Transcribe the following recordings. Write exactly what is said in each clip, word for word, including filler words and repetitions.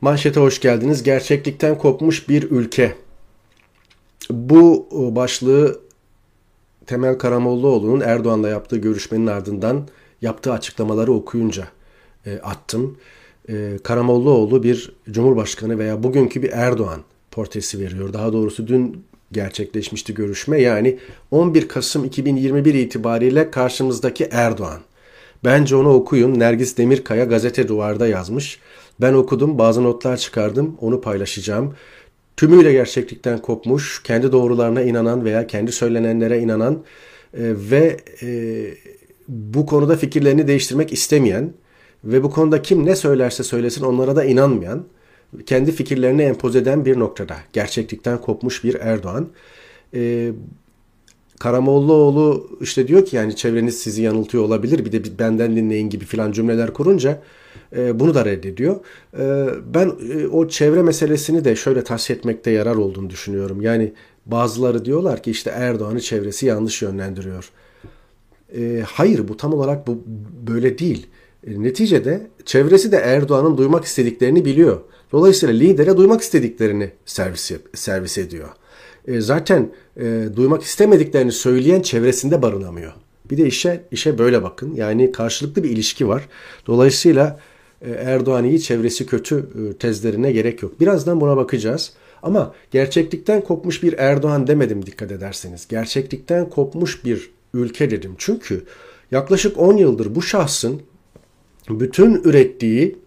Manşete hoş geldiniz. Gerçeklikten kopmuş bir ülke. Bu başlığı Temel Karamollaoğlu'nun Erdoğan'la yaptığı görüşmenin ardından yaptığı açıklamaları okuyunca e, attım. E, Karamollaoğlu bir Cumhurbaşkanı veya bugünkü bir Erdoğan portresi veriyor. Daha doğrusu dün gerçekleşmişti görüşme. Yani on bir Kasım iki bin yirmi bir itibariyle karşımızdaki Erdoğan. Bence onu okuyun. Nergis Demirkaya Gazete Duvar'da yazmış. Ben okudum, bazı notlar çıkardım, onu paylaşacağım. Tümüyle gerçeklikten kopmuş, kendi doğrularına inanan veya kendi söylenenlere inanan e, ve e, bu konuda fikirlerini değiştirmek istemeyen ve bu konuda kim ne söylerse söylesin onlara da inanmayan, kendi fikirlerini empoze eden bir noktada gerçeklikten kopmuş bir Erdoğan. E, Karamollaoğlu işte diyor ki yani çevreniz sizi yanıltıyor olabilir, bir de benden dinleyin gibi filan cümleler kurunca e, bunu da reddediyor. E, ben e, o çevre meselesini de şöyle tahsis etmekte yarar olduğunu düşünüyorum. Yani bazıları diyorlar ki işte Erdoğan'ı çevresi yanlış yönlendiriyor. E, hayır, bu tam olarak bu böyle değil. E, neticede çevresi de Erdoğan'ın duymak istediklerini biliyor. Dolayısıyla lidere duymak istediklerini servis, servis ediyor. E, zaten e, duymak istemediklerini söyleyen çevresinde barınamıyor. Bir de işe işe böyle bakın. Yani karşılıklı bir ilişki var. Dolayısıyla e, Erdoğan iyi, çevresi kötü e, tezlerine gerek yok. Birazdan buna bakacağız. Ama gerçeklikten kopmuş bir Erdoğan demedim, dikkat ederseniz. Gerçeklikten kopmuş bir ülke dedim. Çünkü yaklaşık on yıldır bu şahsın bütün ürettiği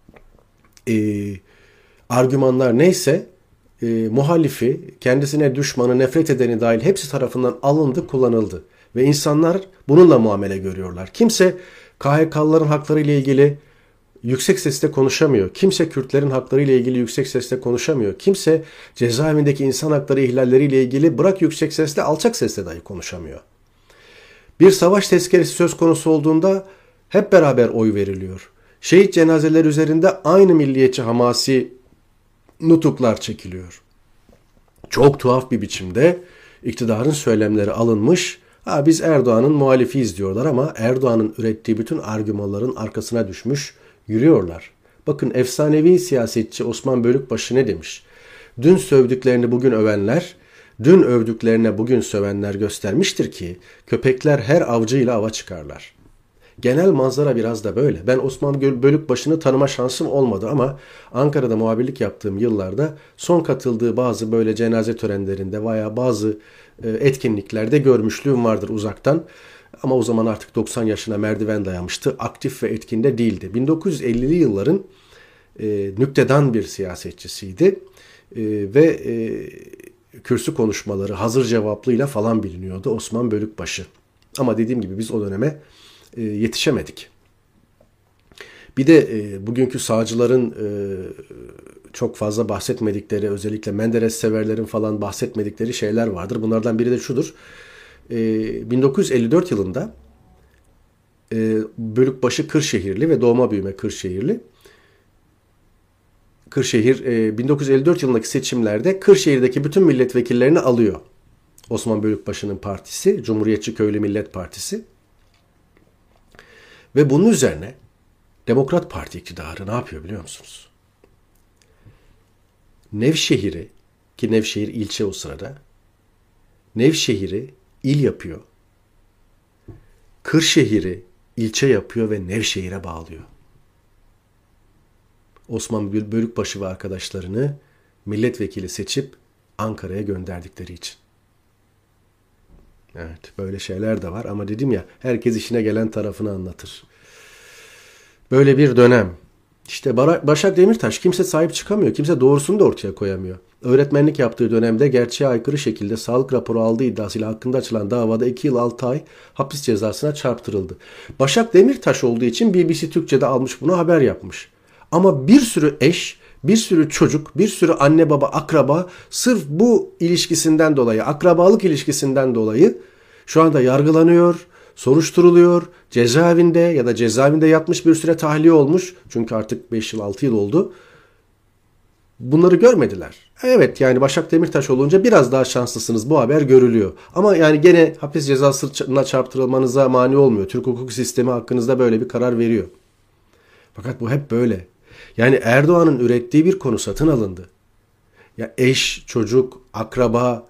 e, argümanlar neyse e, muhalifi, kendisine düşmanı, nefret edeni dahil hepsi tarafından alındı, kullanıldı. Ve insanlar bununla muamele görüyorlar. Kimse K H K'lıların hakları ile ilgili yüksek sesle konuşamıyor. Kimse Kürtlerin hakları ile ilgili yüksek sesle konuşamıyor. Kimse cezaevindeki insan hakları ihlalleri ile ilgili bırak yüksek sesle, alçak sesle dahi konuşamıyor. Bir savaş tezkeresi söz konusu olduğunda hep beraber oy veriliyor. Şehit cenazeleri üzerinde aynı milliyetçi hamasi nutuklar çekiliyor. Çok tuhaf bir biçimde iktidarın söylemleri alınmış. Ha, biz Erdoğan'ın muhalifiyiz diyorlar ama Erdoğan'ın ürettiği bütün argümanların arkasına düşmüş yürüyorlar. Bakın, efsanevi siyasetçi Osman Bölükbaşı ne demiş? Dün sövdüklerini bugün övenler, dün övdüklerine bugün sövenler göstermiştir ki köpekler her avcıyla ava çıkarlar. Genel manzara biraz da böyle. Ben Osman Bölükbaşı'nı tanıma şansım olmadı ama Ankara'da muhabirlik yaptığım yıllarda son katıldığı bazı böyle cenaze törenlerinde veya bazı etkinliklerde görmüşlüğüm vardır uzaktan. Ama o zaman artık doksan yaşına merdiven dayamıştı. Aktif ve etkin de değildi. bin dokuz yüz ellili yılların e, nüktedan bir siyasetçisiydi. E, ve e, kürsü konuşmaları hazır cevaplıyla falan biliniyordu Osman Bölükbaşı. Ama dediğim gibi biz o döneme e, yetişemedik. Bir de e, bugünkü sağcıların e, çok fazla bahsetmedikleri, özellikle Menderes severlerin falan bahsetmedikleri şeyler vardır. Bunlardan biri de şudur. E, bin dokuz yüz elli dört yılında e, Bölükbaşı Kırşehirli ve doğma büyüme Kırşehirli. Kırşehir e, bin dokuz yüz elli dört yılındaki seçimlerde Kırşehir'deki bütün milletvekillerini alıyor. Osman Bölükbaşı'nın partisi, Cumhuriyetçi Köylü Millet Partisi. Ve bunun üzerine Demokrat Parti iktidarı ne yapıyor biliyor musunuz? Nevşehir'i, ki Nevşehir ilçe o sırada, Nevşehir'i il yapıyor. Kırşehir'i ilçe yapıyor ve Nevşehir'e bağlıyor. Osman Bölükbaşı ve arkadaşlarını milletvekili seçip Ankara'ya gönderdikleri için. Evet, böyle şeyler de var ama dedim ya, herkes işine gelen tarafını anlatır. Böyle bir dönem. İşte Başak Demirtaş, kimse sahip çıkamıyor. Kimse doğrusunu da ortaya koyamıyor. Öğretmenlik yaptığı dönemde gerçeğe aykırı şekilde sağlık raporu aldığı iddiasıyla hakkında açılan davada iki yıl altı ay hapis cezasına çarptırıldı. Başak Demirtaş olduğu için B B C Türkçe'de almış bunu, haber yapmış. Ama bir sürü eş, bir sürü çocuk, bir sürü anne baba, akraba sırf bu ilişkisinden dolayı, akrabalık ilişkisinden dolayı şu anda yargılanıyor, soruşturuluyor, cezaevinde ya da cezaevinde yatmış, bir süre tahliye olmuş. Çünkü artık beş yıl altı yıl oldu. Bunları görmediler. Evet, yani Başak Demirtaş olunca biraz daha şanslısınız, bu haber görülüyor. Ama yani gene hapis cezasına çarptırılmanıza mani olmuyor. Türk hukuk sistemi hakkınızda böyle bir karar veriyor. Fakat bu hep böyle. Yani Erdoğan'ın ürettiği bir konu satın alındı. Ya eş, çocuk, akraba,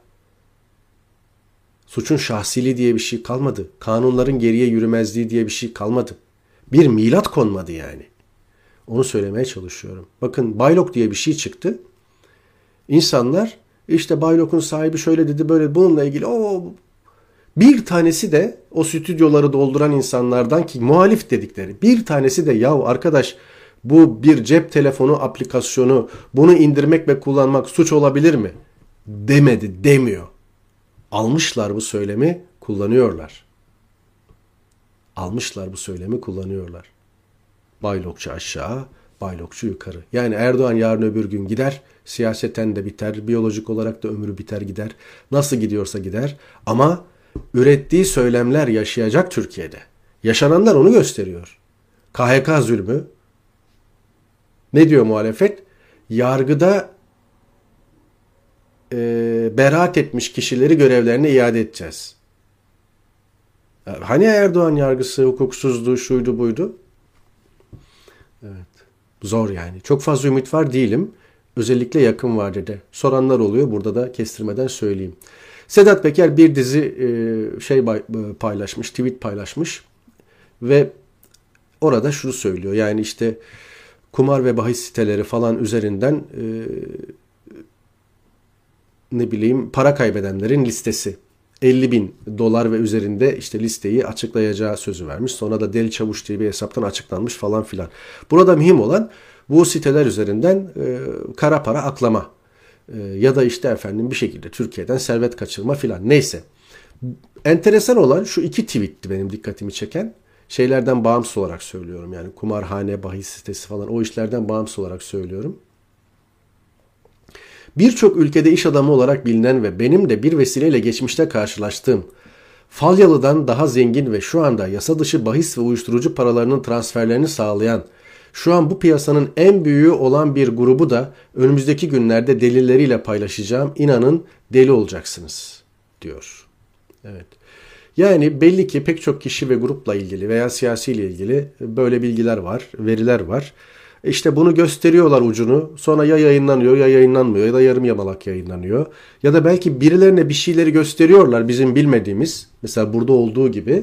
suçun şahsiliği diye bir şey kalmadı. Kanunların geriye yürümezliği diye bir şey kalmadı. Bir milat konmadı yani. Onu söylemeye çalışıyorum. Bakın Baylok diye bir şey çıktı. İnsanlar işte Baylok'un sahibi şöyle dedi böyle bununla ilgili o bir tanesi de o stüdyoları dolduran insanlardan ki muhalif dedikleri bir tanesi de yahu arkadaş bu bir cep telefonu aplikasyonu bunu indirmek ve kullanmak suç olabilir mi? Demedi, demiyor. Almışlar bu söylemi, kullanıyorlar. Almışlar bu söylemi, kullanıyorlar. Baylokçu aşağı, Baylokçu yukarı. Yani Erdoğan yarın öbür gün gider, siyaseten de biter, biyolojik olarak da ömrü biter gider. Nasıl gidiyorsa gider ama ürettiği söylemler yaşayacak Türkiye'de. Yaşananlar onu gösteriyor. K H K zulmü. Ne diyor muhalefet? Yargıda e, beraat etmiş kişileri görevlerine iade edeceğiz. Hani Erdoğan yargısı hukuksuzdu, şuydu buydu? Evet. Zor yani. Çok fazla ümit var değilim. Özellikle yakın vadede. Soranlar oluyor. Burada da kestirmeden söyleyeyim. Sedat Peker bir dizi e, şey paylaşmış, tweet paylaşmış ve orada şunu söylüyor. Yani işte kumar ve bahis siteleri falan üzerinden e, ne bileyim para kaybedenlerin listesi. elli bin dolar ve üzerinde işte listeyi açıklayacağı sözü vermiş. Sonra da Deli Çavuş diye bir hesaptan açıklanmış falan filan. Burada mühim olan bu siteler üzerinden e, kara para aklama. E, ya da işte efendim bir şekilde Türkiye'den servet kaçırma filan. Neyse. Enteresan olan şu iki tweetti benim dikkatimi çeken. Şeylerden bağımsız olarak söylüyorum. Yani kumarhane, bahis sitesi falan o işlerden bağımsız olarak söylüyorum. Birçok ülkede iş adamı olarak bilinen ve benim de bir vesileyle geçmişte karşılaştığım Falyalı'dan daha zengin ve şu anda yasa dışı bahis ve uyuşturucu paralarının transferlerini sağlayan, şu an bu piyasanın en büyüğü olan bir grubu da önümüzdeki günlerde delilleriyle paylaşacağım. İnanın deli olacaksınız diyor. Evet. Yani belli ki pek çok kişi ve grupla ilgili veya siyasiyle ilgili böyle bilgiler var, veriler var. İşte bunu gösteriyorlar ucunu. Sonra ya yayınlanıyor ya yayınlanmıyor ya da yarım yamalak yayınlanıyor. Ya da belki birilerine bir şeyleri gösteriyorlar bizim bilmediğimiz. Mesela burada olduğu gibi.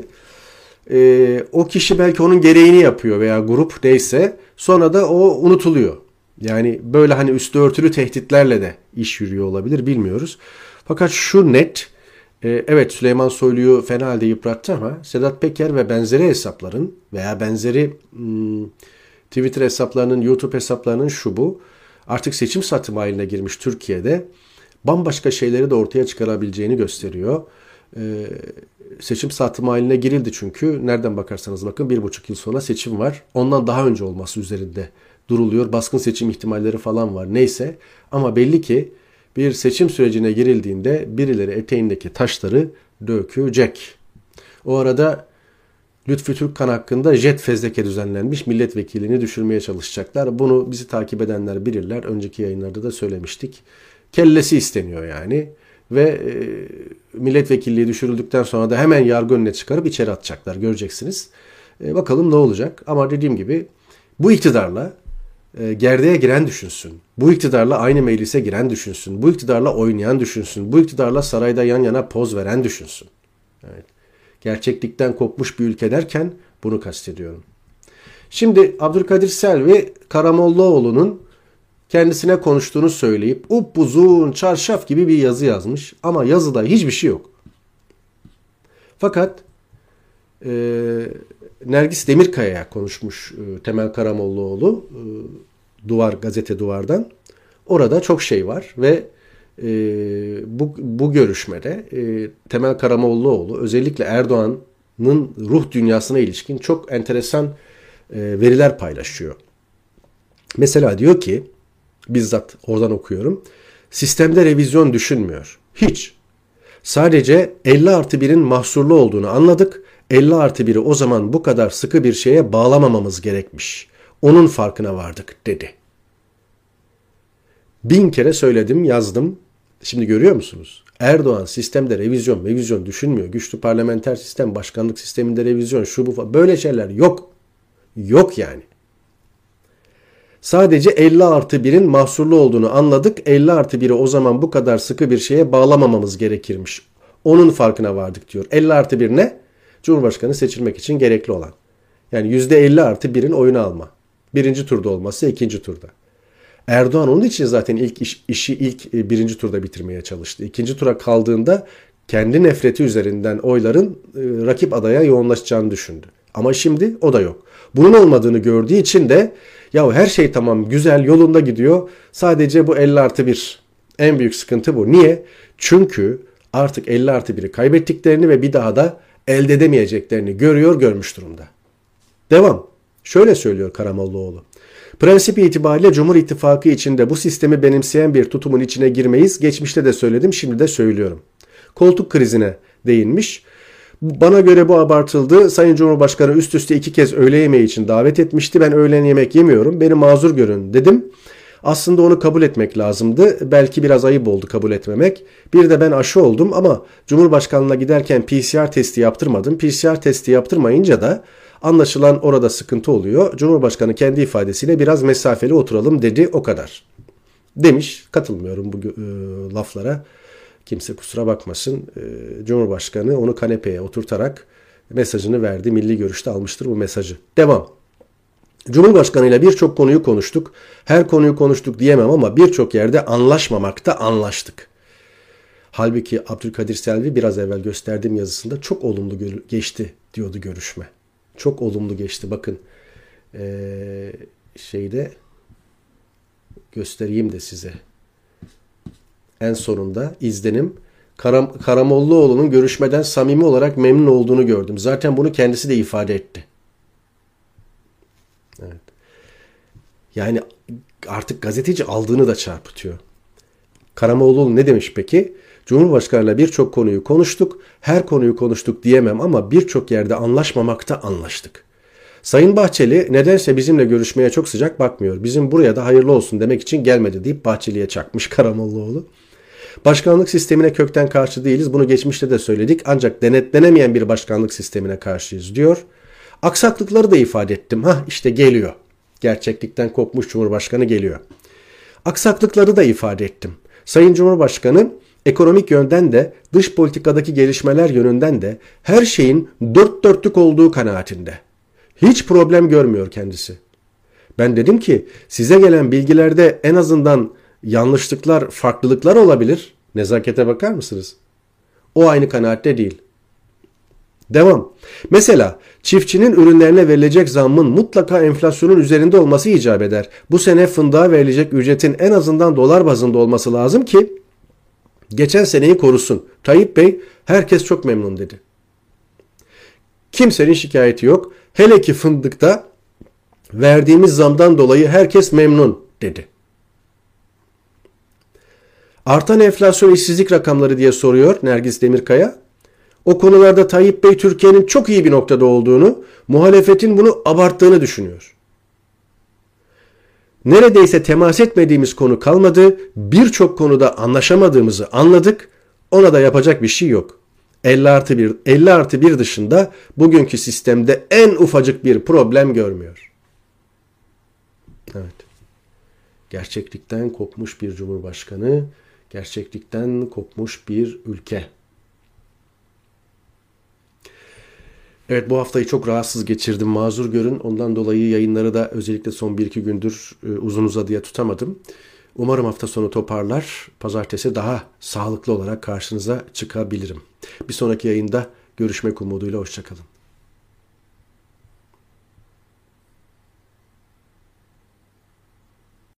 Ee, o kişi belki onun gereğini yapıyor veya grup neyse. Sonra da o unutuluyor. Yani böyle hani üstü örtülü tehditlerle de iş yürüyor olabilir bilmiyoruz. Fakat şu net. E, evet Süleyman Soylu'yu fena halde yıprattı ama Sedat Peker ve benzeri hesapların veya benzeri hmm, Twitter hesaplarının, YouTube hesaplarının şu bu artık seçim satımı haline girmiş Türkiye'de bambaşka şeyleri de ortaya çıkarabileceğini gösteriyor. Ee, seçim satımı haline girildi çünkü nereden bakarsanız bakın bir buçuk yıl sonra seçim var. Ondan daha önce olması üzerinde duruluyor. Baskın seçim ihtimalleri falan var neyse ama belli ki bir seçim sürecine girildiğinde birileri eteğindeki taşları dökecek. O arada Lütfü Türkkan hakkında jet fezleke düzenlenmiş, milletvekilini düşürmeye çalışacaklar. Bunu bizi takip edenler bilirler. Önceki yayınlarda da söylemiştik. Kellesi isteniyor yani. Ve e, milletvekilliği düşürüldükten sonra da hemen yargı önüne çıkarıp içeri atacaklar. Göreceksiniz. E, bakalım ne olacak. Ama dediğim gibi bu iktidarla e, gerdeğe giren düşünsün. Bu iktidarla aynı meclise giren düşünsün. Bu iktidarla oynayan düşünsün. Bu iktidarla sarayda yan yana poz veren düşünsün. Evet. Gerçeklikten kopmuş bir ülke derken bunu kastediyorum. Şimdi Abdülkadir Selvi Karamollaoğlu'nun kendisine konuştuğunu söyleyip upuzun çarşaf gibi bir yazı yazmış. Ama yazıda hiçbir şey yok. Fakat e, Nergis Demirkaya'ya konuşmuş e, Temel Karamollaoğlu e, Duvar gazete Duvar'dan. Orada çok şey var ve e, bu, bu görüşmede e, Temel Karamollaoğlu özellikle Erdoğan'ın ruh dünyasına ilişkin çok enteresan e, veriler paylaşıyor. Mesela diyor ki bizzat oradan okuyorum. Sistemde revizyon düşünmüyor. Hiç. Sadece elli artı birin mahsurlu olduğunu anladık. elli artı biri o zaman bu kadar sıkı bir şeye bağlamamamız gerekmiş. Onun farkına vardık dedi. Bin kere söyledim, yazdım. Şimdi görüyor musunuz? Erdoğan sistemde revizyon, revizyon düşünmüyor. Güçlü parlamenter sistem, başkanlık sisteminde revizyon, şu bu falan. Böyle şeyler yok. Yok yani. Sadece elli artı birin mahsurlu olduğunu anladık. elli artı biri o zaman bu kadar sıkı bir şeye bağlamamamız gerekirmiş. Onun farkına vardık diyor. elli artı bir ne? Cumhurbaşkanı seçilmek için gerekli olan. Yani yüzde elli artı birin oyunu alma. Birinci turda olması ikinci turda. Erdoğan onun için zaten ilk iş, işi ilk birinci turda bitirmeye çalıştı. İkinci tura kaldığında kendi nefreti üzerinden oyların rakip adaya yoğunlaşacağını düşündü. Ama şimdi o da yok. Bunun olmadığını gördüğü için de ya her şey tamam, güzel, yolunda gidiyor. Sadece bu elli artı bir. En büyük sıkıntı bu. Niye? Çünkü artık elli artı biri kaybettiklerini ve bir daha da elde edemeyeceklerini görüyor, görmüş durumda. Devam. Şöyle söylüyor Karamollaoğlu. Prensip itibariyle Cumhur İttifakı içinde bu sistemi benimseyen bir tutumun içine girmeyiz. Geçmişte de söyledim, şimdi de söylüyorum. Koltuk krizine değinmiş. Bana göre bu abartıldı. Sayın Cumhurbaşkanı üst üste iki kez öğle yemeği için davet etmişti. Ben öğlen yemek yemiyorum. Beni mazur görün dedim. Aslında onu kabul etmek lazımdı. Belki biraz ayıp oldu kabul etmemek. Bir de ben aşı oldum ama Cumhurbaşkanlığına giderken P C R testi yaptırmadım. P C R testi yaptırmayınca da anlaşılan orada sıkıntı oluyor. Cumhurbaşkanı kendi ifadesiyle biraz mesafeli oturalım dedi, o kadar. Demiş. Katılmıyorum bu e, laflara. Kimse kusura bakmasın. E, Cumhurbaşkanı onu kanepeye oturtarak mesajını verdi. Milli Görüş'te almıştır bu mesajı. Devam. Cumhurbaşkanı ile birçok konuyu konuştuk. Her konuyu konuştuk diyemem ama birçok yerde anlaşmamakta anlaştık. Halbuki Abdülkadir Selvi biraz evvel gösterdiğim yazısında çok olumlu geçti diyordu görüşme. Çok olumlu geçti. Bakın ee, şeyde göstereyim de size. En sonunda izlenim. Karam, Karamollaoğlu'nun görüşmeden samimi olarak memnun olduğunu gördüm. Zaten bunu kendisi de ifade etti. Evet. Yani artık gazeteci aldığını da çarpıtıyor. Karamollaoğlu ne demiş peki? Cumhurbaşkanıyla birçok konuyu konuştuk. Her konuyu konuştuk diyemem ama birçok yerde anlaşmamakta anlaştık. Sayın Bahçeli nedense bizimle görüşmeye çok sıcak bakmıyor. Bizim buraya da hayırlı olsun demek için gelmedi deyip Bahçeli'ye çakmış Karamollaoğlu. Başkanlık sistemine kökten karşı değiliz. Bunu geçmişte de söyledik. Ancak denetlenemeyen bir başkanlık sistemine karşıyız diyor. Aksaklıkları da ifade ettim. Hah işte geliyor. Gerçeklikten kopmuş Cumhurbaşkanı geliyor. Aksaklıkları da ifade ettim. Sayın Cumhurbaşkanı ekonomik yönden de dış politikadaki gelişmeler yönünden de her şeyin dört dörtlük olduğu kanaatinde. Hiç problem görmüyor kendisi. Ben dedim ki size gelen bilgilerde en azından yanlışlıklar, farklılıklar olabilir. Nezakete bakar mısınız? O aynı kanaatte değil. Devam. Mesela çiftçinin ürünlerine verilecek zammın mutlaka enflasyonun üzerinde olması icap eder. Bu sene fındığa verilecek ücretin en azından dolar bazında olması lazım ki geçen seneyi korusun. Tayyip Bey herkes çok memnun dedi. Kimsenin şikayeti yok. Hele ki fındıkta verdiğimiz zamdan dolayı herkes memnun dedi. Artan enflasyon, işsizlik rakamları diye soruyor Nergis Demirkaya. O konularda Tayyip Bey Türkiye'nin çok iyi bir noktada olduğunu, muhalefetin bunu abarttığını düşünüyor. Neredeyse temas etmediğimiz konu kalmadı. Birçok konuda anlaşamadığımızı anladık. Ona da yapacak bir şey yok. elli artı bir, elli artı bir dışında bugünkü sistemde en ufacık bir problem görmüyor. Evet. Gerçeklikten kopmuş bir cumhurbaşkanı, gerçeklikten kopmuş bir ülke. Evet, bu haftayı çok rahatsız geçirdim. Mazur görün. Ondan dolayı yayınları da özellikle son bir iki gündür uzun uzadıya tutamadım. Umarım hafta sonu toparlar. Pazartesi daha sağlıklı olarak karşınıza çıkabilirim. Bir sonraki yayında görüşmek umuduyla. Hoşça kalın.